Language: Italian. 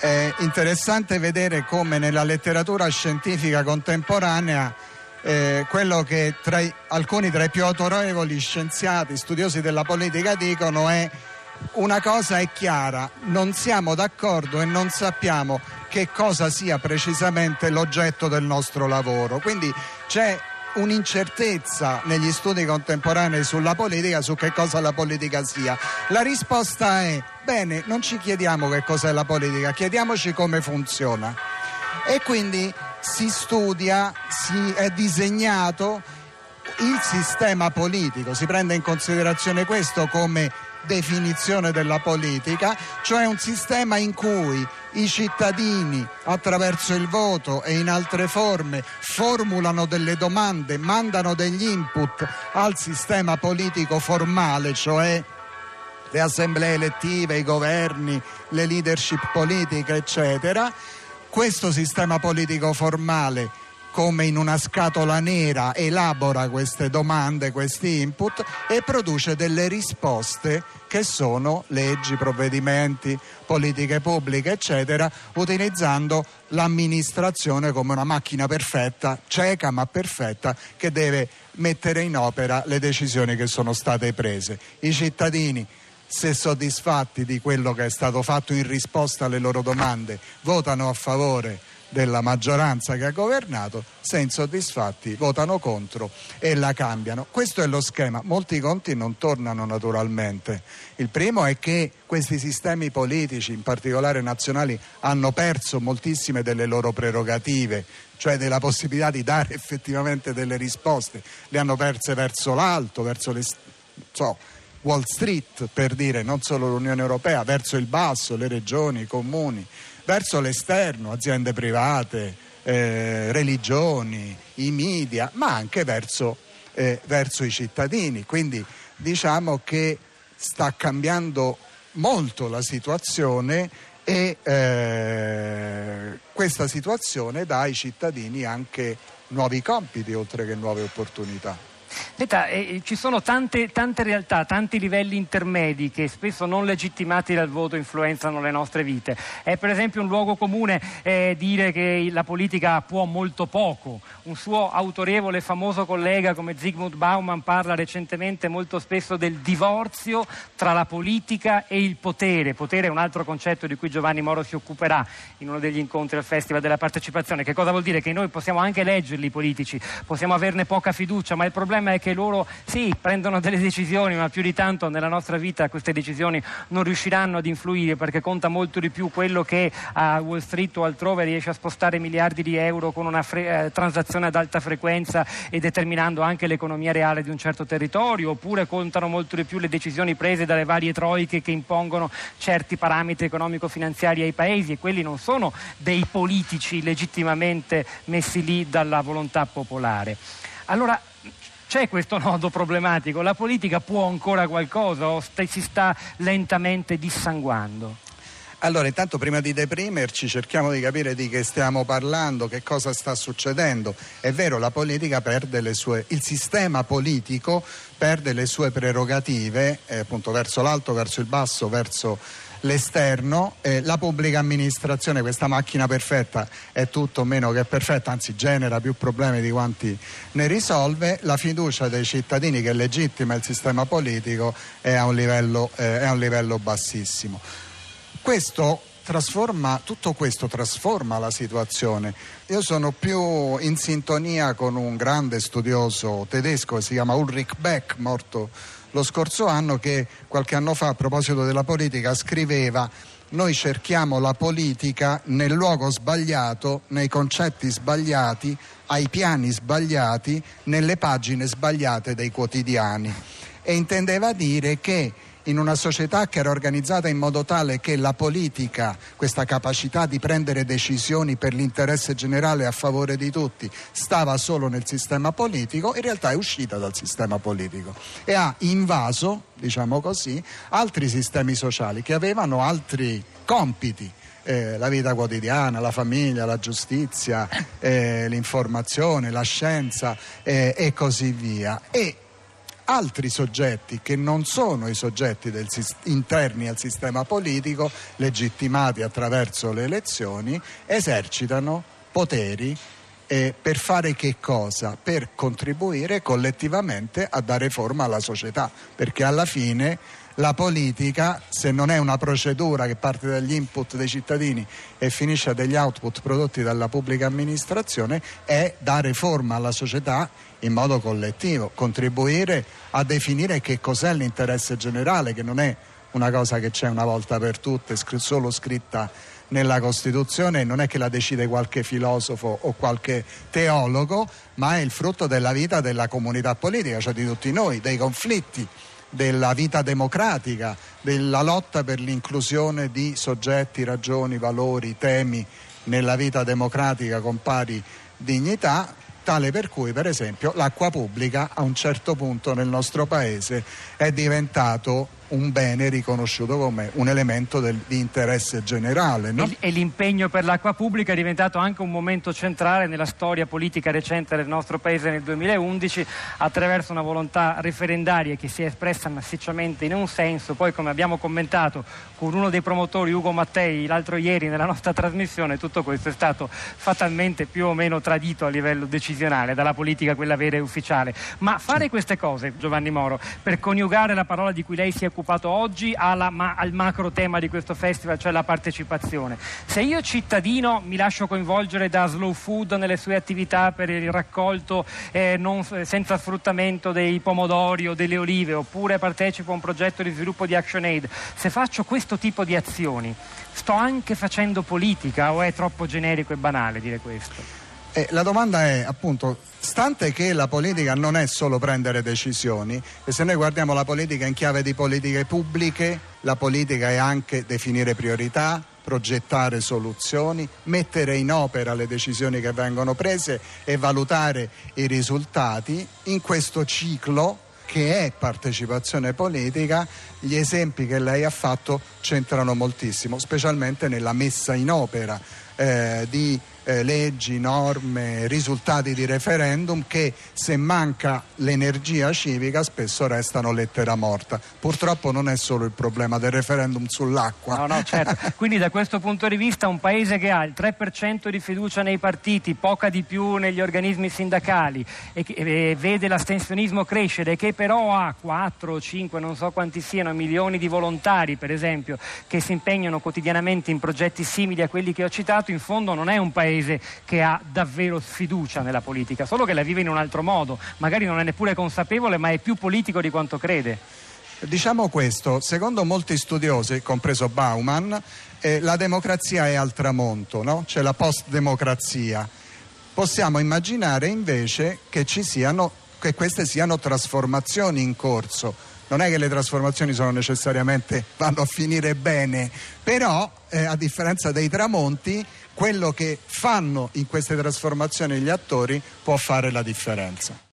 È interessante vedere come nella letteratura scientifica contemporanea quello che alcuni tra i più autorevoli scienziati, studiosi della politica dicono è: una cosa è chiara, non siamo d'accordo e non sappiamo che cosa sia precisamente l'oggetto del nostro lavoro. Quindi c'è un'incertezza negli studi contemporanei sulla politica, su che cosa la politica sia. La risposta è: bene, non ci chiediamo che cos'è la politica, chiediamoci come funziona. E quindi si studia, si è disegnato il sistema politico, si prende in considerazione questo come definizione della politica, cioè un sistema in cui i cittadini attraverso il voto e in altre forme formulano delle domande, mandano degli input al sistema politico formale, cioè le assemblee elettive, i governi, le leadership politiche, eccetera. Questo sistema politico formale, come in una scatola nera, elabora queste domande, questi input e produce delle risposte che sono leggi, provvedimenti, politiche pubbliche, eccetera, utilizzando l'amministrazione come una macchina perfetta, cieca ma perfetta, che deve mettere in opera le decisioni che sono state prese. I cittadini, se soddisfatti di quello che è stato fatto in risposta alle loro domande, votano a favore della maggioranza che ha governato, se insoddisfatti votano contro e la cambiano. Questo è lo schema. Molti conti non tornano naturalmente. Il primo è che questi sistemi politici, in particolare nazionali, hanno perso moltissime delle loro prerogative, cioè della possibilità di dare effettivamente delle risposte. Le hanno perse verso l'alto, verso Wall Street, per dire, non solo l'Unione Europea, verso il basso, le regioni, i comuni, verso l'esterno, aziende private, religioni, i media, ma anche verso i cittadini. Quindi diciamo che sta cambiando molto la situazione e questa situazione dà ai cittadini anche nuovi compiti oltre che nuove opportunità. Senta, ci sono tante realtà, tanti livelli intermedi che spesso non legittimati dal voto influenzano le nostre vite. È per esempio un luogo comune dire che la politica può molto poco. Un suo autorevole e famoso collega come Zygmunt Bauman parla recentemente molto spesso del divorzio tra la politica e il potere. Potere è un altro concetto di cui Giovanni Moro si occuperà in uno degli incontri al Festival della Partecipazione. Che cosa vuol dire? Che noi possiamo anche leggerli i politici, possiamo averne poca fiducia, ma il problema è che loro sì, prendono delle decisioni, ma più di tanto nella nostra vita queste decisioni non riusciranno ad influire, perché conta molto di più quello che a Wall Street o altrove riesce a spostare miliardi di euro con una transazione ad alta frequenza e determinando anche l'economia reale di un certo territorio, oppure contano molto di più le decisioni prese dalle varie troiche che impongono certi parametri economico-finanziari ai paesi, e quelli non sono dei politici legittimamente messi lì dalla volontà popolare. Allora c'è questo nodo problematico: la politica può ancora qualcosa o si sta lentamente dissanguando? Allora, intanto, prima di deprimerci, cerchiamo di capire di che stiamo parlando, che cosa sta succedendo. È vero, la politica perde il sistema politico perde le sue prerogative, appunto, verso l'alto, verso il basso, verso l'esterno. La pubblica amministrazione, questa macchina perfetta, è tutto meno che perfetta, anzi genera più problemi di quanti ne risolve. La fiducia dei cittadini che legittima il sistema politico è a un livello bassissimo. Tutto questo trasforma la situazione. Io sono più in sintonia con un grande studioso tedesco che si chiama Ulrich Beck, morto lo scorso anno, che qualche anno fa, a proposito della politica, scriveva: noi cerchiamo la politica nel luogo sbagliato, nei concetti sbagliati, ai piani sbagliati, nelle pagine sbagliate dei quotidiani. E intendeva dire che in una società che era organizzata in modo tale che la politica, questa capacità di prendere decisioni per l'interesse generale a favore di tutti, stava solo nel sistema politico, in realtà è uscita dal sistema politico e ha invaso, diciamo così, altri sistemi sociali che avevano altri compiti. La vita quotidiana, la famiglia, la giustizia, l'informazione, la scienza e così via. E altri soggetti che non sono i soggetti interni al sistema politico, legittimati attraverso le elezioni, esercitano poteri per fare che cosa? Per contribuire collettivamente a dare forma alla società, perché alla fine la politica, se non è una procedura che parte dagli input dei cittadini e finisce a degli output prodotti dalla pubblica amministrazione, è dare forma alla società in modo collettivo, contribuire a definire che cos'è l'interesse generale, che non è una cosa che c'è una volta per tutte, solo scritta nella Costituzione, non è che la decide qualche filosofo o qualche teologo, ma è il frutto della vita della comunità politica, cioè di tutti noi, dei conflitti, della vita democratica, della lotta per l'inclusione di soggetti, ragioni, valori, temi nella vita democratica con pari dignità, tale per cui per esempio l'acqua pubblica a un certo punto nel nostro paese è diventato un bene riconosciuto come un elemento di interesse generale, no? E l'impegno per l'acqua pubblica è diventato anche un momento centrale nella storia politica recente del nostro paese nel 2011, attraverso una volontà referendaria che si è espressa massicciamente in un senso. Poi, come abbiamo commentato con uno dei promotori, Ugo Mattei, l'altro ieri nella nostra trasmissione, tutto questo è stato fatalmente più o meno tradito a livello decisionale dalla politica, quella vera e ufficiale. Ma fare queste cose, Giovanni Moro, per coniugare la parola di cui lei si è occupato oggi al macro tema di questo festival, cioè la partecipazione. Se io cittadino mi lascio coinvolgere da Slow Food nelle sue attività per il raccolto senza sfruttamento dei pomodori o delle olive, oppure partecipo a un progetto di sviluppo di ActionAid, se faccio questo tipo di azioni, sto anche facendo politica o è troppo generico e banale dire questo? La domanda è appunto, stante che la politica non è solo prendere decisioni, e se noi guardiamo la politica in chiave di politiche pubbliche, la politica è anche definire priorità, progettare soluzioni, mettere in opera le decisioni che vengono prese e valutare i risultati. In questo ciclo che è partecipazione politica, gli esempi che lei ha fatto c'entrano moltissimo, specialmente nella messa in opera di leggi, norme, risultati di referendum che, se manca l'energia civica, spesso restano lettera morta. Purtroppo non è solo il problema del referendum sull'acqua. No, certo. Quindi da questo punto di vista un paese che ha il 3% di fiducia nei partiti, poca di più negli organismi sindacali e che vede l'astensionismo crescere, e che però ha 4 o 5, non so quanti siano, milioni di volontari, per esempio, che si impegnano quotidianamente in progetti simili a quelli che ho citato, in fondo non è un paese che ha davvero sfiducia nella politica, solo che la vive in un altro modo, magari non è neppure consapevole, ma è più politico di quanto crede. Diciamo questo, secondo molti studiosi, compreso Bauman, la democrazia è al tramonto, no? C'è la post-democrazia. Possiamo immaginare invece che che queste siano trasformazioni in corso. Non è che le trasformazioni vanno a finire bene, però a differenza dei tramonti, quello che fanno in queste trasformazioni gli attori può fare la differenza.